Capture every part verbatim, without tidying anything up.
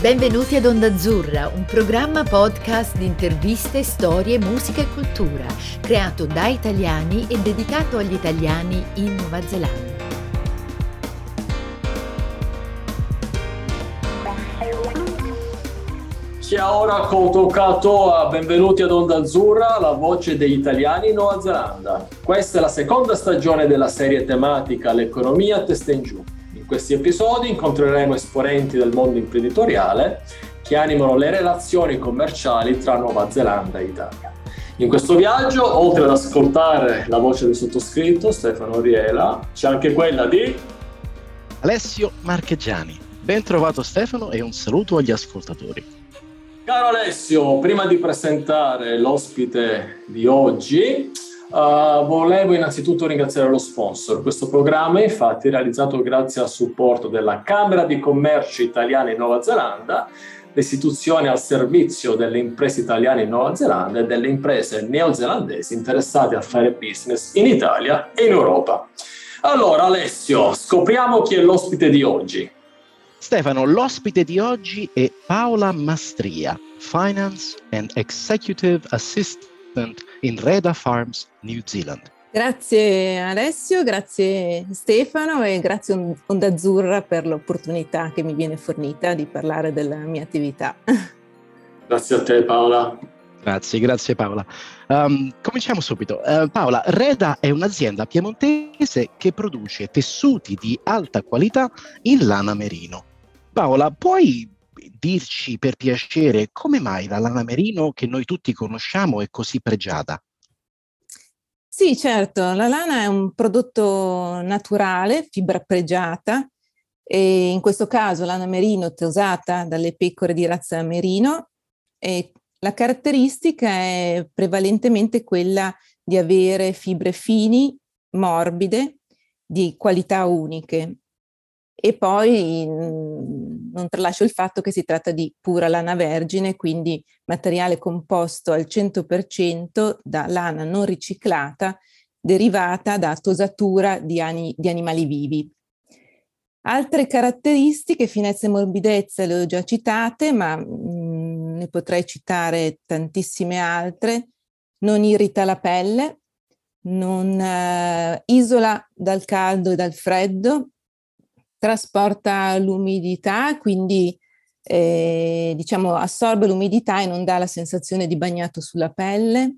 Benvenuti ad Onda Azzurra, un programma podcast di interviste, storie, musica e cultura, creato da italiani e dedicato agli italiani in Nuova Zelanda. Chia ora Koto Katoa, benvenuti ad Onda Azzurra, la voce degli italiani in Nuova Zelanda. Questa è la seconda stagione della serie tematica L'economia a testa in giù. In questi episodi incontreremo esponenti del mondo imprenditoriale che animano le relazioni commerciali tra Nuova Zelanda e Italia. In questo viaggio, oltre ad ascoltare la voce del sottoscritto Stefano Riela, c'è anche quella di Alessio Marcheggiani. Ben trovato Stefano e un saluto agli ascoltatori. Caro Alessio, prima di presentare l'ospite di oggi, uh, volevo innanzitutto ringraziare lo sponsor. Questo programma è infatti realizzato grazie al supporto della Camera di Commercio Italiana in Nuova Zelanda, l'istituzione al servizio delle imprese italiane in Nuova Zelanda e delle imprese neozelandesi interessate a fare business in Italia e in Europa. Allora Alessio, scopriamo chi è l'ospite di oggi. Stefano, l'ospite di oggi è Paola Mastria, Finance and Executive Assistant in Reda Farms, New Zealand. Grazie Alessio, grazie Stefano e grazie Onda Azzurra per l'opportunità che mi viene fornita di parlare della mia attività. Grazie a te Paola. Grazie, grazie Paola. Um, cominciamo subito. Uh, Paola, Reda è un'azienda piemontese che produce tessuti di alta qualità in lana merino. Paola, puoi dirci per piacere come mai la lana merino che noi tutti conosciamo è così pregiata? Sì, certo, la lana è un prodotto naturale, fibra pregiata, e in questo caso lana merino tosata dalle pecore di razza merino, e la caratteristica è prevalentemente quella di avere fibre fini, morbide, di qualità uniche. E poi mh, non tralascio il fatto che si tratta di pura lana vergine, quindi materiale composto al cento per cento da lana non riciclata, derivata da tosatura di, ani- di animali vivi. Altre caratteristiche, finezza e morbidezza, le ho già citate, ma mh, ne potrei citare tantissime altre. Non irrita la pelle, non eh, isola dal caldo e dal freddo, trasporta l'umidità, quindi eh, diciamo assorbe l'umidità e non dà la sensazione di bagnato sulla pelle,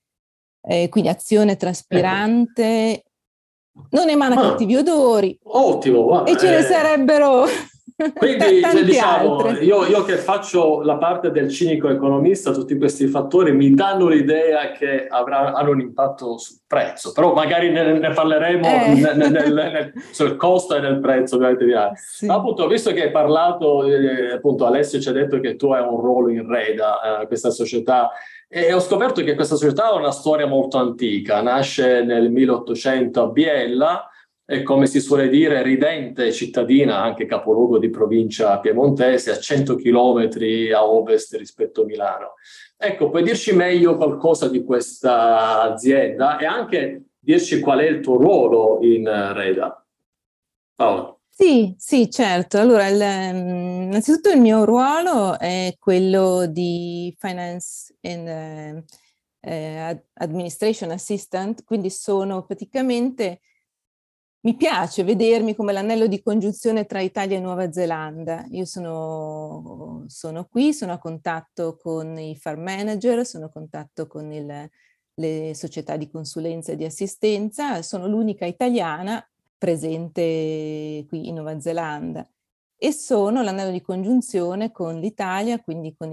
eh, quindi azione traspirante, non emana Ah, cattivi odori. Ottimo, guarda, e ce ne eh, sarebbero quindi tanti diciamo, altri. io, io che faccio la parte del cinico economista, tutti questi fattori mi danno l'idea che avrà, hanno un impatto sul prezzo, però magari ne, ne parleremo Eh. nel, nel, nel, sul costo e nel prezzo ovviamente. Sì. Ma appunto, visto che hai parlato, eh, appunto Alessio ci ha detto che tu hai un ruolo in Reda, eh, questa società, e ho scoperto che questa società ha una storia molto antica, nasce nel milleottocento a Biella, e come si suole dire, ridente cittadina, anche capoluogo di provincia piemontese, a cento chilometri a ovest rispetto a Milano. Ecco, puoi dirci meglio qualcosa di questa azienda e anche dirci qual è il tuo ruolo in Reda? Paola. Sì, sì, certo. Allora, il, innanzitutto il mio ruolo è quello di Finance and uh, Administration Assistant, quindi sono praticamente... Mi piace vedermi come l'anello di congiunzione tra Italia e Nuova Zelanda. Io sono, sono qui, sono a contatto con i farm manager, sono a contatto con il, le società di consulenza e di assistenza, sono l'unica italiana presente qui in Nuova Zelanda e sono l'anello di congiunzione con l'Italia, quindi con,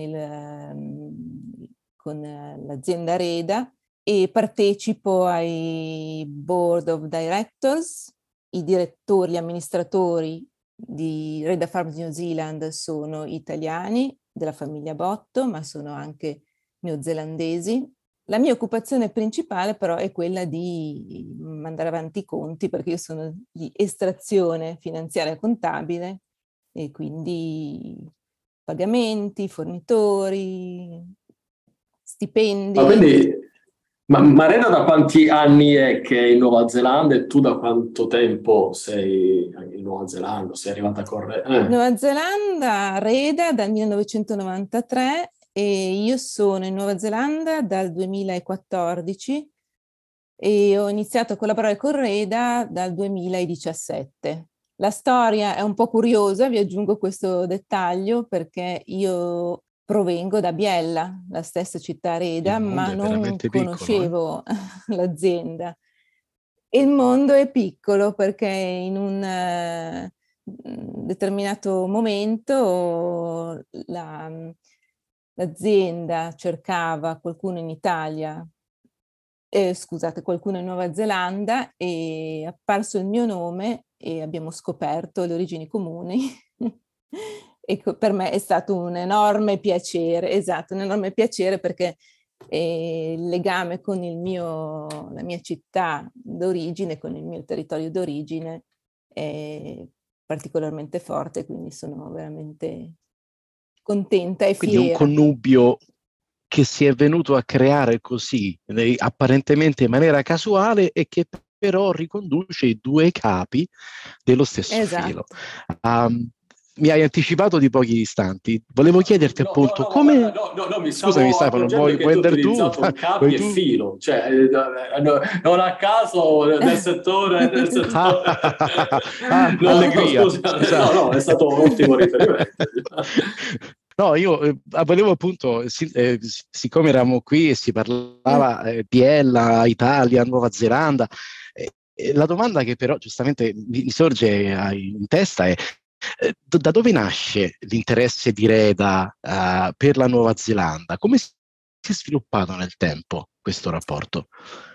il, con l'azienda Reda, e partecipo ai board of directors. I direttori, gli amministratori di Reda Farms New Zealand sono italiani della famiglia Botto, ma sono anche neozelandesi. La mia occupazione principale però è quella di mandare avanti i conti, perché io sono di estrazione finanziaria e contabile e quindi pagamenti, fornitori, stipendi. Ma quindi Ma, ma Reda da quanti anni è che è in Nuova Zelanda e tu da quanto tempo sei in Nuova Zelanda? Sei arrivata a correre? Eh. Nuova Zelanda, Reda dal millenovecentonovantatré e io sono in Nuova Zelanda dal duemilaquattordici e ho iniziato a collaborare con Reda dal duemiladiciassette. La storia è un po' curiosa, vi aggiungo questo dettaglio, perché io provengo da Biella, la stessa città Reda, ma non conoscevo piccolo, eh? l'azienda. Il mondo è piccolo perché in un uh, determinato momento la, l'azienda cercava qualcuno in Italia, eh, scusate, qualcuno in Nuova Zelanda, e è apparso il mio nome e abbiamo scoperto le origini comuni. E per me è stato un enorme piacere, esatto, un enorme piacere perché eh, il legame con il mio, la mia città d'origine, con il mio territorio d'origine è particolarmente forte, quindi sono veramente contenta e Quindi fiera. Quindi un connubio che si è venuto a creare così, apparentemente in maniera casuale, e che però riconduce i due capi dello stesso esatto. filo. Um, mi hai anticipato di pochi istanti. Volevo chiederti no, appunto no, no, come... No, no, no, mi Scusami Stefano, vuoi, vuoi andare tu? Capi e tu? filo, cioè eh, no, non a caso nel settore... Nel settore... ah, no, allegria. No, scusa, no, no, è stato un ottimo riferimento. No, io eh, volevo appunto, si, eh, siccome eravamo qui e si parlava eh, di Biella, Italia, Nuova Zelanda, eh, la domanda che però giustamente mi, mi sorge in testa è eh, da dove nasce l'interesse di Reda uh, per la Nuova Zelanda? Come si è sviluppato nel tempo questo rapporto?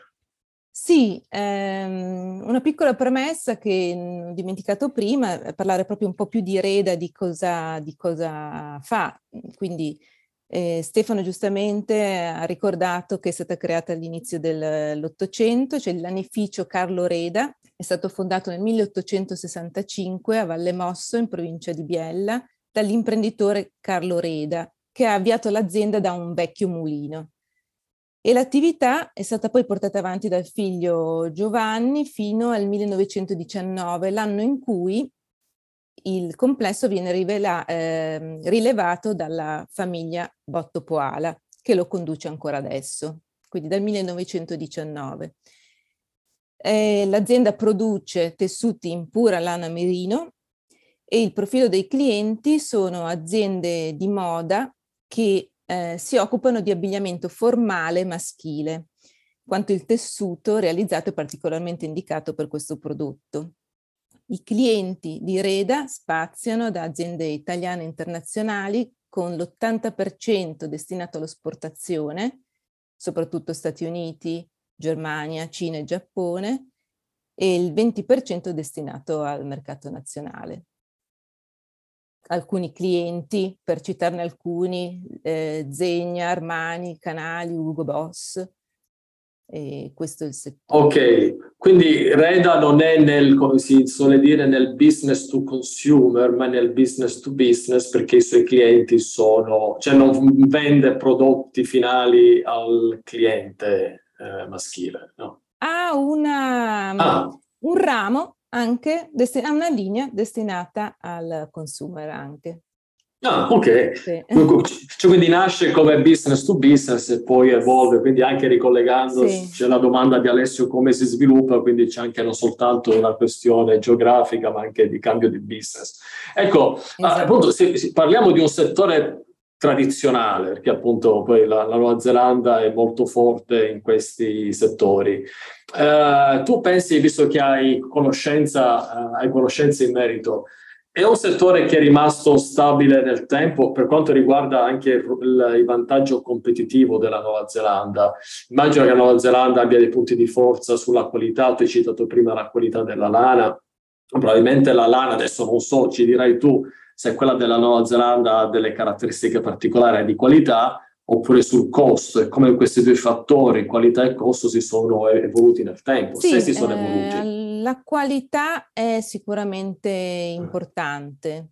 Sì, ehm, una piccola premessa che ho dimenticato prima, è parlare proprio un po' più di Reda, di cosa, di cosa fa. Quindi eh, Stefano giustamente ha ricordato che è stata creata all'inizio dell'Ottocento, cioè il lanificio Carlo Reda, è stato fondato nel milleottocentosessantacinque a Valle Mosso, in provincia di Biella, dall'imprenditore Carlo Reda, che ha avviato l'azienda da un vecchio mulino. E l'attività è stata poi portata avanti dal figlio Giovanni fino al millenovecentodiciannove, l'anno in cui il complesso viene rivela, eh, rilevato dalla famiglia Botto Poala, che lo conduce ancora adesso, quindi dal millenovecentodiciannove. Eh, l'azienda produce tessuti in pura lana merino e il profilo dei clienti sono aziende di moda che Eh, si occupano di abbigliamento formale maschile, quanto il tessuto realizzato è particolarmente indicato per questo prodotto. I clienti di Reda spaziano da aziende italiane e internazionali con l'ottanta per cento destinato all'esportazione, soprattutto Stati Uniti, Germania, Cina e Giappone, e il venti per cento destinato al mercato nazionale. Alcuni clienti, per citarne alcuni, eh, Zegna, Armani, Canali, Hugo Boss, e questo è il settore. Ok, quindi Reda non è nel, come si suole dire, nel business to consumer, ma nel business to business, perché i suoi clienti sono, cioè non vende prodotti finali al cliente eh, maschile, no? Ha una, ah. un ramo anche, desti- ha una linea destinata al consumer anche. Ah, ok. Sì. Cioè, quindi nasce come business to business e poi evolve, quindi anche ricollegandosi, sì. C'è la domanda di Alessio come si sviluppa, quindi c'è anche non soltanto una questione geografica, ma anche di cambio di business. Ecco, esatto. Appunto, se, se parliamo di un settore tradizionale, perché appunto poi la, la Nuova Zelanda è molto forte in questi settori. Uh, tu pensi, visto che hai conoscenza, uh, hai conoscenze in merito, è un settore che è rimasto stabile nel tempo per quanto riguarda anche il, il vantaggio competitivo della Nuova Zelanda? Immagino che la Nuova Zelanda abbia dei punti di forza sulla qualità, tu hai citato prima la qualità della lana, probabilmente la lana, adesso non so, ci dirai tu se quella della Nuova Zelanda ha delle caratteristiche particolari di qualità, oppure sul costo, e come questi due fattori, qualità e costo, si sono evoluti nel tempo, sì, se si sono eh, evoluti. La qualità è sicuramente importante.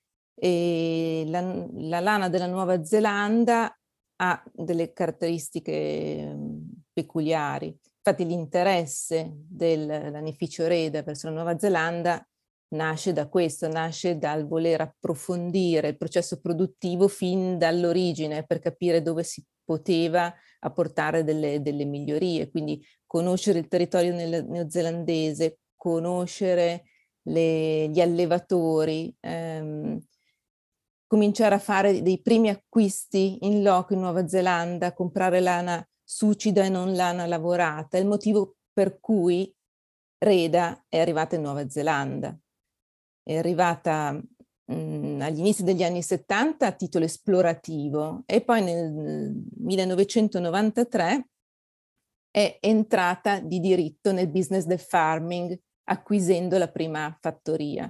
E la, la lana della Nuova Zelanda ha delle caratteristiche peculiari. Infatti l'interesse del lanificio Reda verso la Nuova Zelanda nasce da questo, nasce dal voler approfondire il processo produttivo fin dall'origine per capire dove si poteva apportare delle, delle migliorie, quindi conoscere il territorio neozelandese, conoscere le, gli allevatori, ehm, cominciare a fare dei primi acquisti in loco in Nuova Zelanda, comprare lana succida e non lana lavorata, è il motivo per cui Reda è arrivata in Nuova Zelanda. È arrivata mh, agli inizi degli anni settanta a titolo esplorativo e poi nel millenovecentonovantatré è entrata di diritto nel business del farming, acquisendo la prima fattoria.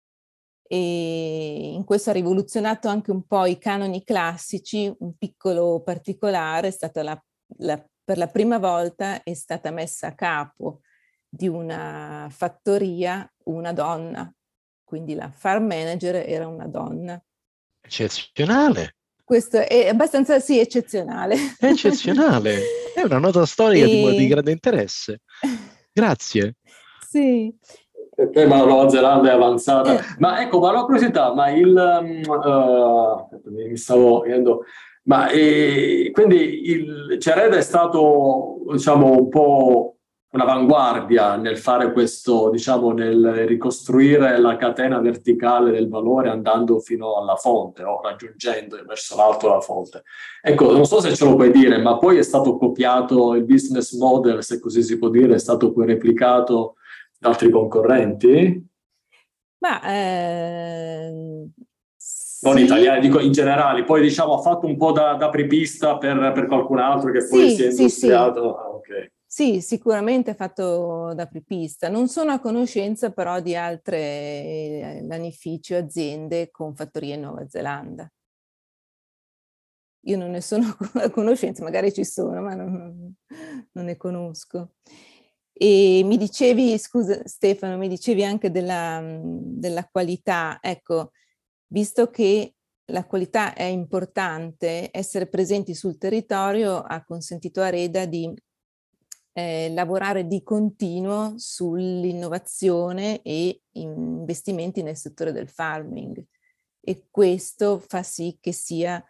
E in questo ha rivoluzionato anche un po' i canoni classici. Un piccolo particolare è stata la, la, per la prima volta è stata messa a capo di una fattoria una donna. Quindi la farm manager era una donna. Eccezionale. Questo è abbastanza, sì, eccezionale. È eccezionale. È una nota storica e... di, di grande interesse. Grazie. Sì. Perché la Nuova Zelanda è avanzata. Eh. Ma ecco, ma la curiosità, ma il... Uh, mi stavo chiedendo... Ma eh, quindi il Cereda è stato, diciamo, un po' un'avanguardia nel fare questo, diciamo, nel ricostruire la catena verticale del valore andando fino alla fonte o raggiungendo verso l'alto la fonte. Ecco, non so se ce lo puoi dire, ma poi è stato copiato il business model, se così si può dire, è stato poi replicato da altri concorrenti? Ma eh, non sì. italiani, dico in generale, poi diciamo ha fatto un po' da, da apripista per, per qualcun altro che poi sì, si è sì, industriato. Sì. Ah, okay. Sì, sicuramente fatto da apripista. Non sono a conoscenza però di altre lanifici o aziende con fattorie in Nuova Zelanda. Io non ne sono a conoscenza, magari ci sono, ma non, non ne conosco. E mi dicevi, scusa Stefano, mi dicevi anche della, della qualità. Ecco, visto che la qualità è importante, essere presenti sul territorio ha consentito a Reda di eh, lavorare di continuo sull'innovazione e investimenti nel settore del farming. E questo fa sì che sia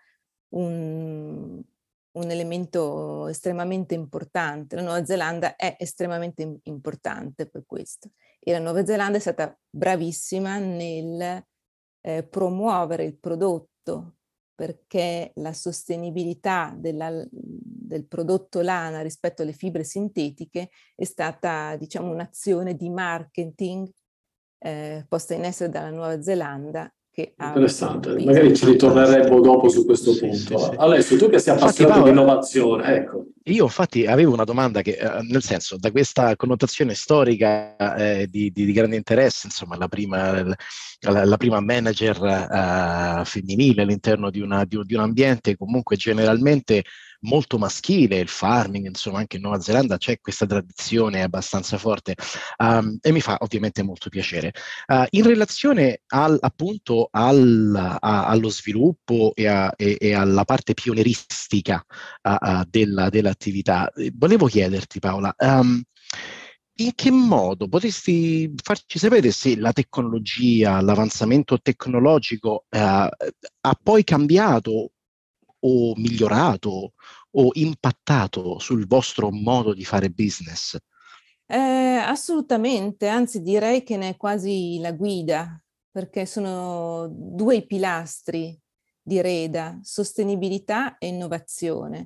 un, un elemento estremamente importante. La Nuova Zelanda è estremamente importante per questo. E la Nuova Zelanda è stata bravissima nel eh, promuovere il prodotto, perché la sostenibilità della, del prodotto lana rispetto alle fibre sintetiche è stata, diciamo, un'azione di marketing eh, posta in essere dalla Nuova Zelanda. Che interessante, magari ci ritorneremo dopo su questo sì, punto. Sì, sì. Alessio, tu che sei appassionato Paola, di innovazione, ecco. Io infatti avevo una domanda che, eh, nel senso, da questa connotazione storica eh, di, di, di grande interesse, insomma, la prima, la, la prima manager eh, femminile all'interno di, una, di, di un ambiente comunque generalmente molto maschile, il farming, insomma, anche in Nuova Zelanda c'è questa tradizione abbastanza forte um, e mi fa ovviamente molto piacere. Uh, in relazione al, appunto al, a, allo sviluppo e, a, e, e alla parte pionieristica uh, uh, della, dell'attività, volevo chiederti, Paola, um, in che modo potresti farci sapere se la tecnologia, l'avanzamento tecnologico uh, ha poi cambiato o migliorato o impattato sul vostro modo di fare business? Eh, assolutamente, anzi direi che ne è quasi la guida, perché sono due i pilastri di Reda, sostenibilità e innovazione.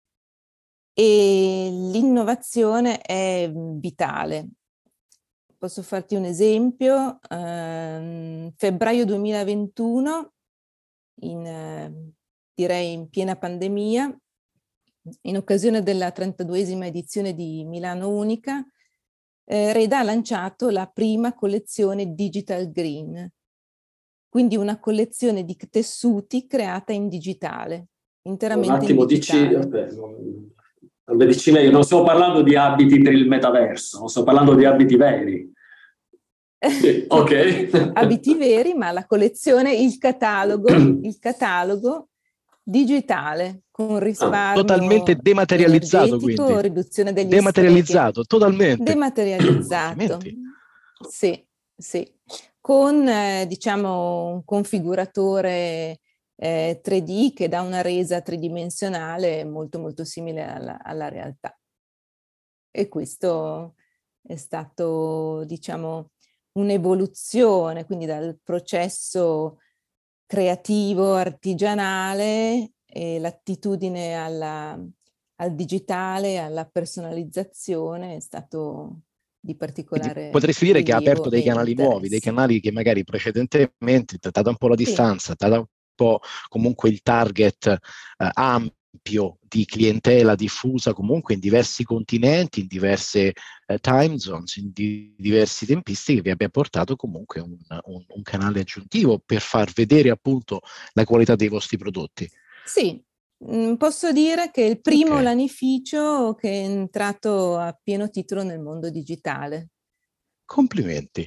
E l'innovazione è vitale. Posso farti un esempio? Eh, febbraio duemilaventuno, in... Eh, direi in piena pandemia, in occasione della trentaduesima edizione di Milano Unica, eh, Reda ha lanciato la prima collezione Digital Green, quindi una collezione di tessuti creata in digitale, interamente un attimo, in digitale. Dici, vabbè, non, dici meglio, non stiamo parlando di abiti per il metaverso, non sto parlando di abiti veri. Sì, ok. Abiti veri, ma la collezione, il catalogo, il catalogo digitale, con risparmio totalmente dematerializzato, quindi riduzione degli dematerializzato, sprechi. totalmente Dematerializzato, sì, sì, con eh, diciamo un configuratore eh, tre D che dà una resa tridimensionale molto molto simile alla, alla realtà. E questo è stato, diciamo, un'evoluzione, quindi dal processo creativo, artigianale, e l'attitudine alla, al digitale, alla personalizzazione è stato di particolare quindi potresti dire che ha aperto dei canali interesse. nuovi, dei canali che magari precedentemente, data un po' la distanza, sì. data un po' comunque il target eh, ampio di clientela diffusa comunque in diversi continenti, in diverse eh, time zones, in di, diversi tempistiche, vi abbia portato comunque un, un, un canale aggiuntivo per far vedere appunto la qualità dei vostri prodotti. Sì, mh, posso dire che è il primo Okay. lanificio che è entrato a pieno titolo nel mondo digitale. Complimenti.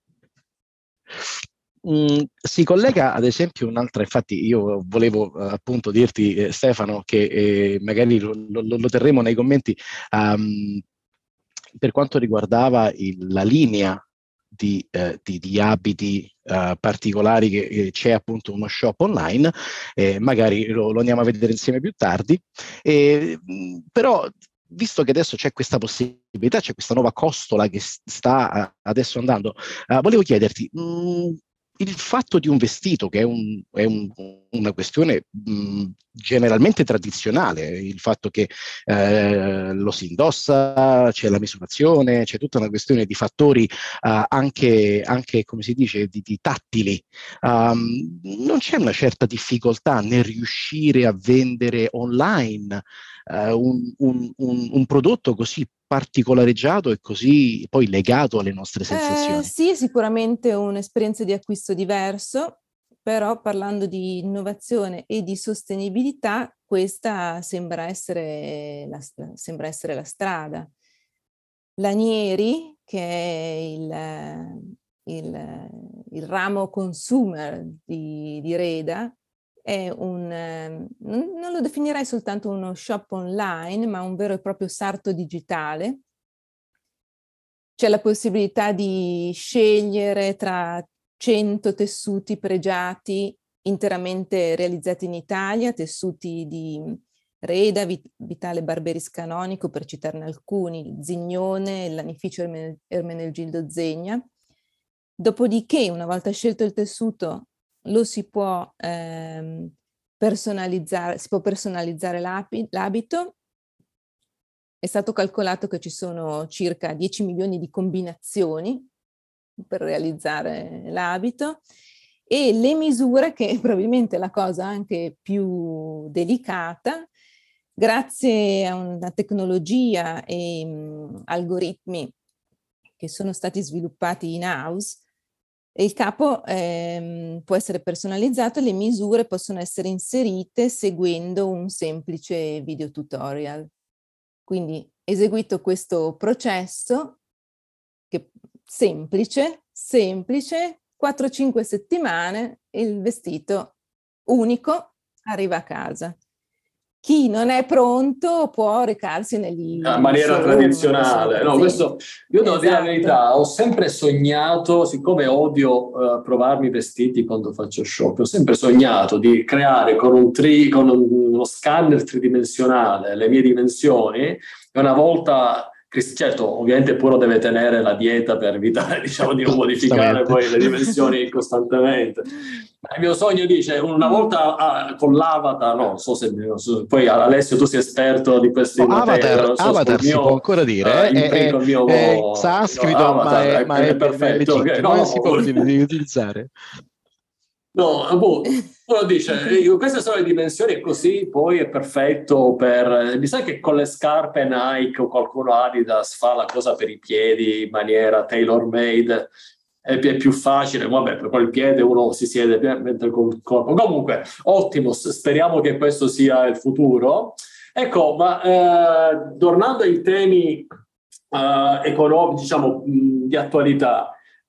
Mm, si collega ad esempio un'altra, infatti io volevo eh, appunto dirti eh, Stefano che eh, magari lo, lo, lo terremo nei commenti um, per quanto riguardava il, la linea di, eh, di, di abiti uh, particolari che eh, c'è appunto uno shop online, eh, magari lo, lo andiamo a vedere insieme più tardi, eh, mh, però visto che adesso c'è questa possibilità, c'è questa nuova costola che sta uh, adesso andando, uh, volevo chiederti, mh, il fatto di un vestito, che è, un, è un, una questione mh, generalmente tradizionale, il fatto che eh, lo si indossa, c'è la misurazione, c'è tutta una questione di fattori uh, anche, anche, come si dice, di, di tattili. Um, non c'è una certa difficoltà nel riuscire a vendere online uh, un, un, un, un prodotto così particolareggiato e così poi legato alle nostre sensazioni? Eh, sì, è sicuramente un'esperienza di acquisto diverso, però parlando di innovazione e di sostenibilità, questa sembra essere la, sembra essere la strada. Lanieri, che è il, il, il ramo consumer di, di Reda, è un, non lo definirei soltanto uno shop online, ma un vero e proprio sarto digitale. C'è la possibilità di scegliere tra cento tessuti pregiati interamente realizzati in Italia, tessuti di Reda, Vitale Barberis Canonico, per citarne alcuni, Zignone, il lanificio Ermenegildo Zegna. Dopodiché, una volta scelto il tessuto, lo si può ehm, personalizzare, si può personalizzare l'abito. È stato calcolato che ci sono circa dieci milioni di combinazioni per realizzare l'abito, e le misure, che probabilmente è la cosa anche più delicata, grazie a una tecnologia e um, algoritmi che sono stati sviluppati in house, il capo ehm, può essere personalizzato e le misure possono essere inserite seguendo un semplice video tutorial. Quindi eseguito questo processo, che semplice, semplice, quattro cinque settimane il vestito unico arriva a casa. Chi non è pronto può recarsi negli in maniera tradizionale. No, questo, io devo esatto. dire la verità, ho sempre sognato, siccome odio uh, provarmi i vestiti quando faccio shopping, ho sempre sognato di creare con, un tri, con uno scanner tridimensionale le mie dimensioni, e una volta... Certo, ovviamente pure deve tenere la dieta per evitare, diciamo, di non modificare poi le dimensioni costantemente. Ma il mio sogno dice, una volta ah, con l'avatar, no, non so se so, poi Alessio tu sei esperto di questi no, avatar, non so, avatar si mio, può ancora dire, uh, è, è, mio, è sanscrito, no, avatar, ma è, ma è, è perfetto, è okay, no, non si può utilizzare. No, boh, uno dice, io, queste sono le dimensioni, così poi è perfetto per... Mi sa che con le scarpe Nike o qualcuno Adidas fa la cosa per i piedi in maniera tailor made, è, è più facile, vabbè, per quel piede uno si siede mentre col corpo. Comunque, ottimo, speriamo che questo sia il futuro. Ecco, ma eh, tornando ai temi eh, economici, diciamo, mh, di attualità,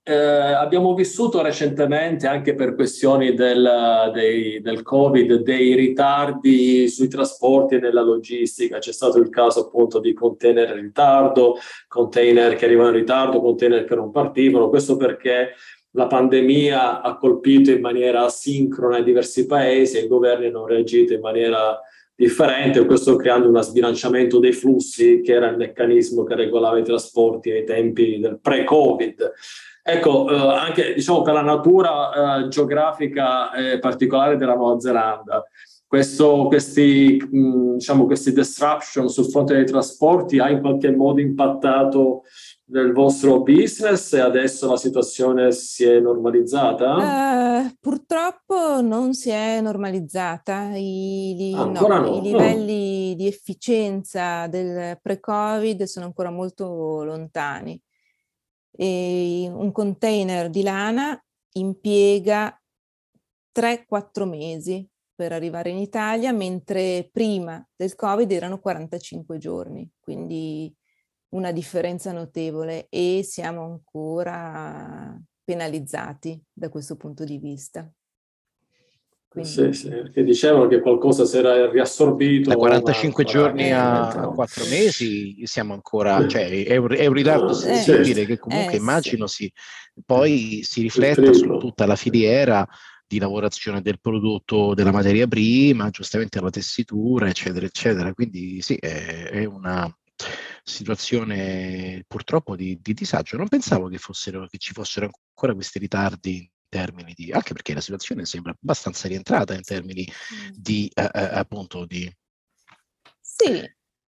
Eh, abbiamo vissuto recentemente, anche per questioni del, dei, del Covid, dei ritardi sui trasporti e nella logistica. C'è stato il caso appunto di container in ritardo, container che arrivano in ritardo, container che non partivano. Questo perché la pandemia ha colpito in maniera asincrona i diversi paesi e i governi hanno reagito in maniera differente, questo creando uno sbilanciamento dei flussi, che era il meccanismo che regolava i trasporti ai tempi del pre-Covid. Ecco, eh, anche diciamo per la natura eh, geografica eh, particolare della Nuova Zelanda, questo, questi, mh, diciamo, questi disruption sul fronte dei trasporti ha in qualche modo impattato nel vostro business e adesso la situazione si è normalizzata? Uh, purtroppo non si è normalizzata. I, li, Ah, no, ancora no. I livelli oh. di efficienza del pre-Covid sono ancora molto lontani. E un container di lana impiega tre quattro mesi per arrivare in Italia, mentre prima del Covid erano quarantacinque giorni, quindi una differenza notevole e siamo ancora penalizzati da questo punto di vista. Quindi... Sì, sì, perché dicevano che qualcosa si era riassorbito. Da quarantacinque giorni a quattro mesi siamo ancora, cioè è un, è un ritardo sensibile eh, che comunque eh, immagino sì. si, poi si rifletta su tutta la filiera di lavorazione del prodotto, della materia prima, giustamente la tessitura, eccetera, eccetera. Quindi sì, è, è una situazione purtroppo di, di disagio. Non pensavo che fossero, che ci fossero ancora questi ritardi in termini di, anche perché la situazione sembra abbastanza rientrata in termini di eh, appunto di sì.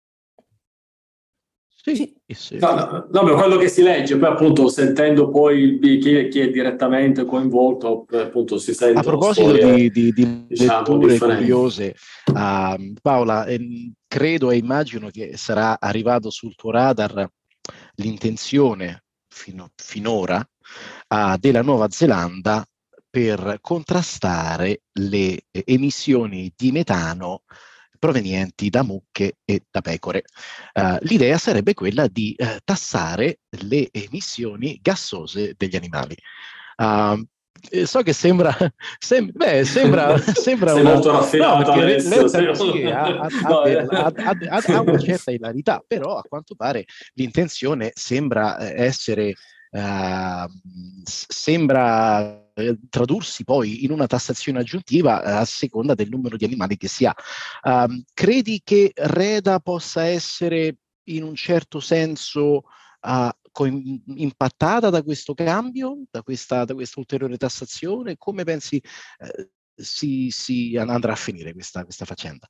Sì, sì. No, no, no, quello che si legge, poi appunto sentendo poi chi, chi è direttamente coinvolto, appunto si sente. A proposito storie, di, di, di diciamo, letture differenti. curiose, uh, Paola, eh, credo e immagino che sarà arrivato sul tuo radar l'intenzione fino, finora uh, della Nuova Zelanda per contrastare le eh, emissioni di metano provenienti da mucche e da pecore. Uh, l'idea sarebbe quella di uh, tassare le emissioni gassose degli animali. Uh, so che sembra, sem- beh, sembra, sembra Sei una, molto raffinato no, adesso. Sì, ha, ha, no, ha, ha, ha, ha una certa ilarità, però a quanto pare l'intenzione sembra essere Uh, sembra eh, tradursi poi in una tassazione aggiuntiva eh, a seconda del numero di animali che si ha. Uh, credi che Reda possa essere in un certo senso uh, co- impattata da questo cambio, da questa, da questa ulteriore tassazione? Come pensi eh, si, si andrà a finire questa, questa faccenda?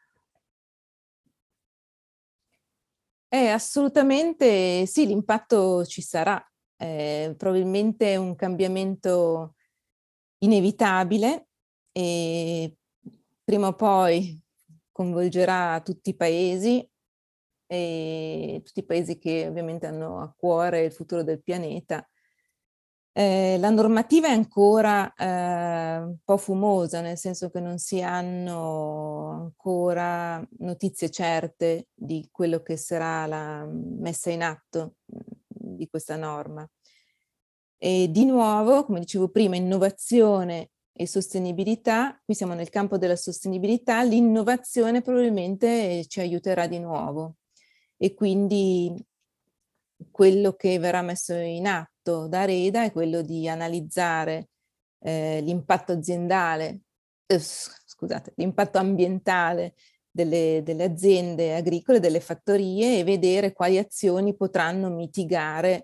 Eh, assolutamente sì, l'impatto ci sarà. Eh, probabilmente un cambiamento inevitabile e prima o poi coinvolgerà tutti i paesi e tutti i paesi che ovviamente hanno a cuore il futuro del pianeta. Eh, la normativa è ancora eh, un po' fumosa, nel senso che non si hanno ancora notizie certe di quello che sarà la messa in atto di questa norma. E di nuovo, come dicevo prima, innovazione e sostenibilità, qui siamo nel campo della sostenibilità, l'innovazione probabilmente ci aiuterà di nuovo e quindi quello che verrà messo in atto da Reda è quello di analizzare eh, l'impatto aziendale, eh, scusate, l'impatto ambientale delle, delle aziende agricole, delle fattorie e vedere quali azioni potranno mitigare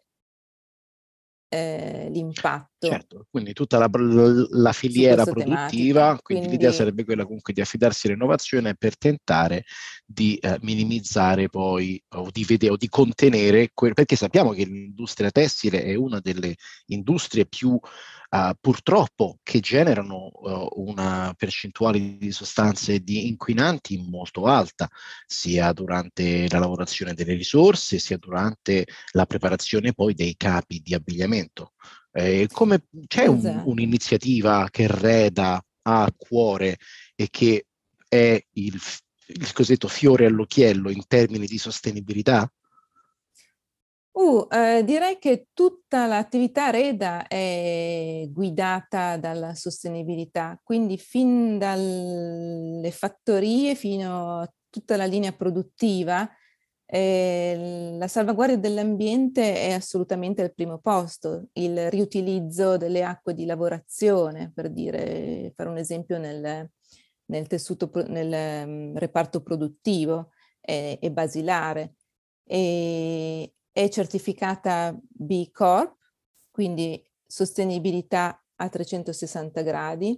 Eh, l'impatto. Certo, quindi tutta la, la filiera produttiva, tematica. quindi, quindi l'idea sarebbe quella comunque di affidarsi all'innovazione per tentare di eh, minimizzare poi o di vedere o di contenere, que- perché sappiamo che l'industria tessile è una delle industrie più uh, purtroppo che generano uh, una percentuale di sostanze di inquinanti molto alta, sia durante la lavorazione delle risorse, sia durante la preparazione poi dei capi di abbigliamento. Eh, come c'è un, esatto. un'iniziativa che Reda ha a cuore e che è il, il cosiddetto fiore all'occhiello in termini di sostenibilità? Uh, eh, direi che tutta l'attività Reda è guidata dalla sostenibilità, quindi fin dalle fattorie fino a tutta la linea produttiva, eh, la salvaguardia dell'ambiente è assolutamente al primo posto. Il riutilizzo delle acque di lavorazione, per dire, fare un esempio nel, nel tessuto, nel um, reparto produttivo, è, è basilare. E, è certificata B Corp, quindi sostenibilità a trecentosessanta gradi,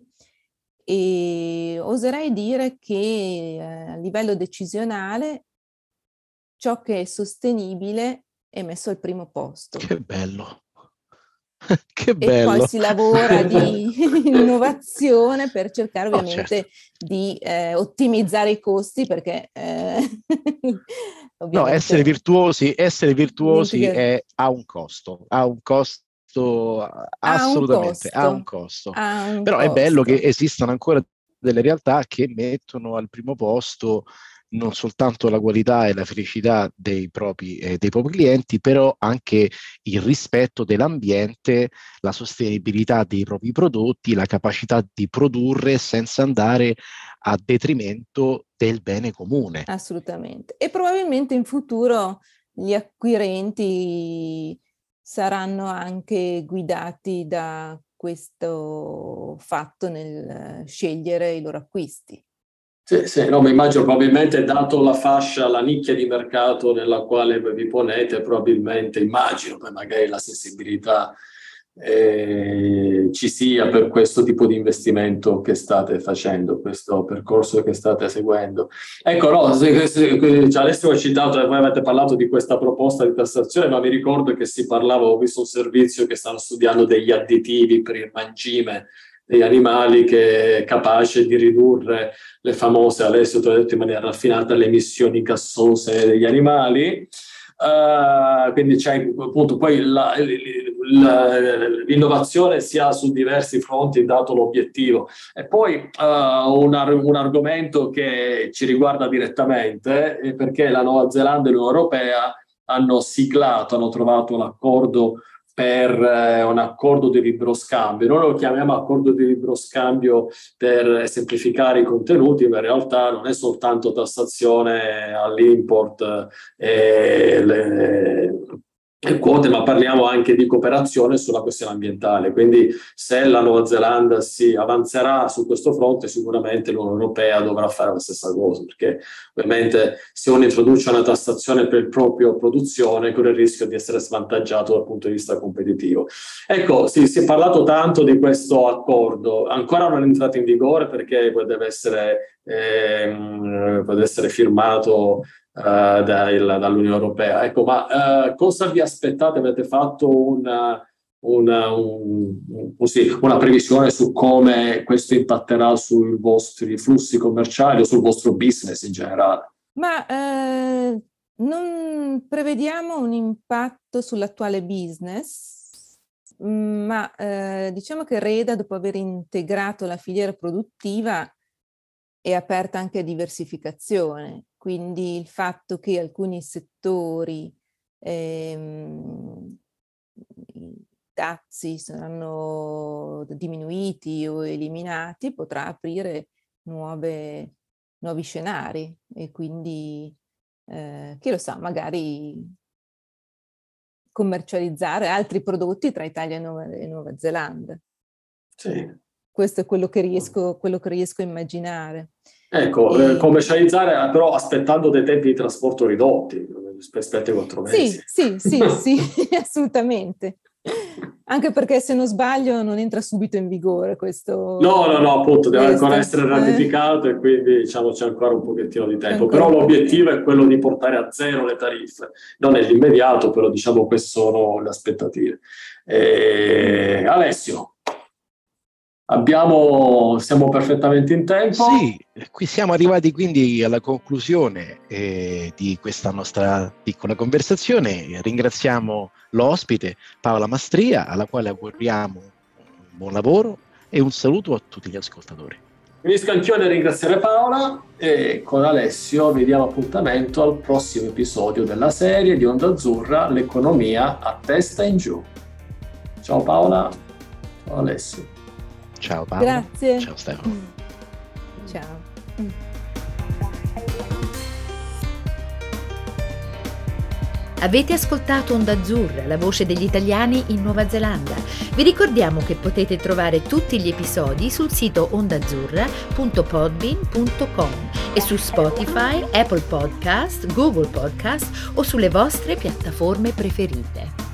e oserei dire che eh, a livello decisionale ciò che è sostenibile è messo al primo posto. Che bello! Che e bello. Poi si lavora di innovazione per cercare ovviamente oh, certo. di eh, ottimizzare i costi, perché eh, no, essere virtuosi, essere virtuosi è, ha un costo, ha un costo assolutamente, ha un costo. Ha un Però costo. È bello che esistano ancora delle realtà che mettono al primo posto non soltanto la qualità e la felicità dei propri, eh, dei propri clienti, però anche il rispetto dell'ambiente, la sostenibilità dei propri prodotti, la capacità di produrre senza andare a detrimento del bene comune. Assolutamente. E probabilmente in futuro gli acquirenti saranno anche guidati da questo fatto nel scegliere i loro acquisti. Sì, sì, no, mi immagino probabilmente, dato la fascia, la nicchia di mercato nella quale vi ponete, probabilmente immagino poi magari la sensibilità eh, ci sia per questo tipo di investimento che state facendo, questo percorso che state seguendo. Ecco, no, se, se, se, Alessio ha citato, voi avete parlato di questa proposta di tassazione, ma mi ricordo che si parlava, ho visto un servizio che stanno studiando degli additivi per il mangime degli animali, che è capace di ridurre le famose, Alessio tu hai detto in maniera raffinata, le emissioni gassose degli animali. Uh, quindi c'è appunto poi la, la, l'innovazione sia su diversi fronti dato l'obiettivo. E poi uh, un, un argomento che ci riguarda direttamente è perché la Nuova Zelanda e l'Unione Europea hanno siglato, hanno trovato un accordo per eh, un accordo di libero scambio. Noi lo chiamiamo accordo di libero scambio per semplificare i contenuti, ma in realtà non è soltanto tassazione all'import e le, le quote, ma parliamo anche di cooperazione sulla questione ambientale. Quindi se la Nuova Zelanda si avanzerà su questo fronte, sicuramente l'Unione Europea dovrà fare la stessa cosa, perché ovviamente se uno introduce una tassazione per il proprio produzione, corre il rischio di essere svantaggiato dal punto di vista competitivo. Ecco, si, si è parlato tanto di questo accordo, ancora non è entrato in vigore perché poi deve essere, ehm, deve essere firmato Uh, dal, dall'Unione Europea. Ecco, ma uh, cosa vi aspettate? Avete fatto una, una, un, un, così, una previsione su come questo impatterà sui vostri flussi commerciali o sul vostro business in generale? Ma eh, non prevediamo un impatto sull'attuale business, ma eh, diciamo che Reda, dopo aver integrato la filiera produttiva, è aperta anche a diversificazione. Quindi il fatto che alcuni settori, ehm, i dazi saranno diminuiti o eliminati, potrà aprire nuove, nuovi scenari, e quindi, eh, chi lo sa, magari commercializzare altri prodotti tra Italia e Nuova, e Nuova Zelanda. Sì. Questo è quello che riesco, quello che riesco a immaginare. Ecco, e... eh, commercializzare però aspettando dei tempi di trasporto ridotti, rispetto ai quattro mesi. Sì, sì, sì, sì, assolutamente. Anche perché, se non sbaglio, non entra subito in vigore questo. No, no, no, appunto, deve questo, ancora essere ratificato, eh. E quindi diciamo c'è ancora un pochettino di tempo. Però l'obiettivo è quello di portare a zero le tariffe, non nell'immediato, però diciamo queste sono le aspettative. E... Alessio, abbiamo, siamo perfettamente in tempo. Sì, qui siamo arrivati quindi alla conclusione eh, di questa nostra piccola conversazione. Ringraziamo l'ospite Paola Mastria, alla quale auguriamo un buon lavoro e un saluto a tutti gli ascoltatori. Finisco anch'io nel ringraziare Paola e con Alessio vi diamo appuntamento al prossimo episodio della serie di Onda Azzurra, l'economia a testa in giù. Ciao Paola, ciao Alessio. Ciao Paola. Grazie. Ciao Stefano. Ciao. Avete ascoltato Onda Azzurra, la voce degli italiani in Nuova Zelanda. Vi ricordiamo che potete trovare tutti gli episodi sul sito ondazzurra punto podbean punto com e su Spotify, Apple Podcast, Google Podcast o sulle vostre piattaforme preferite.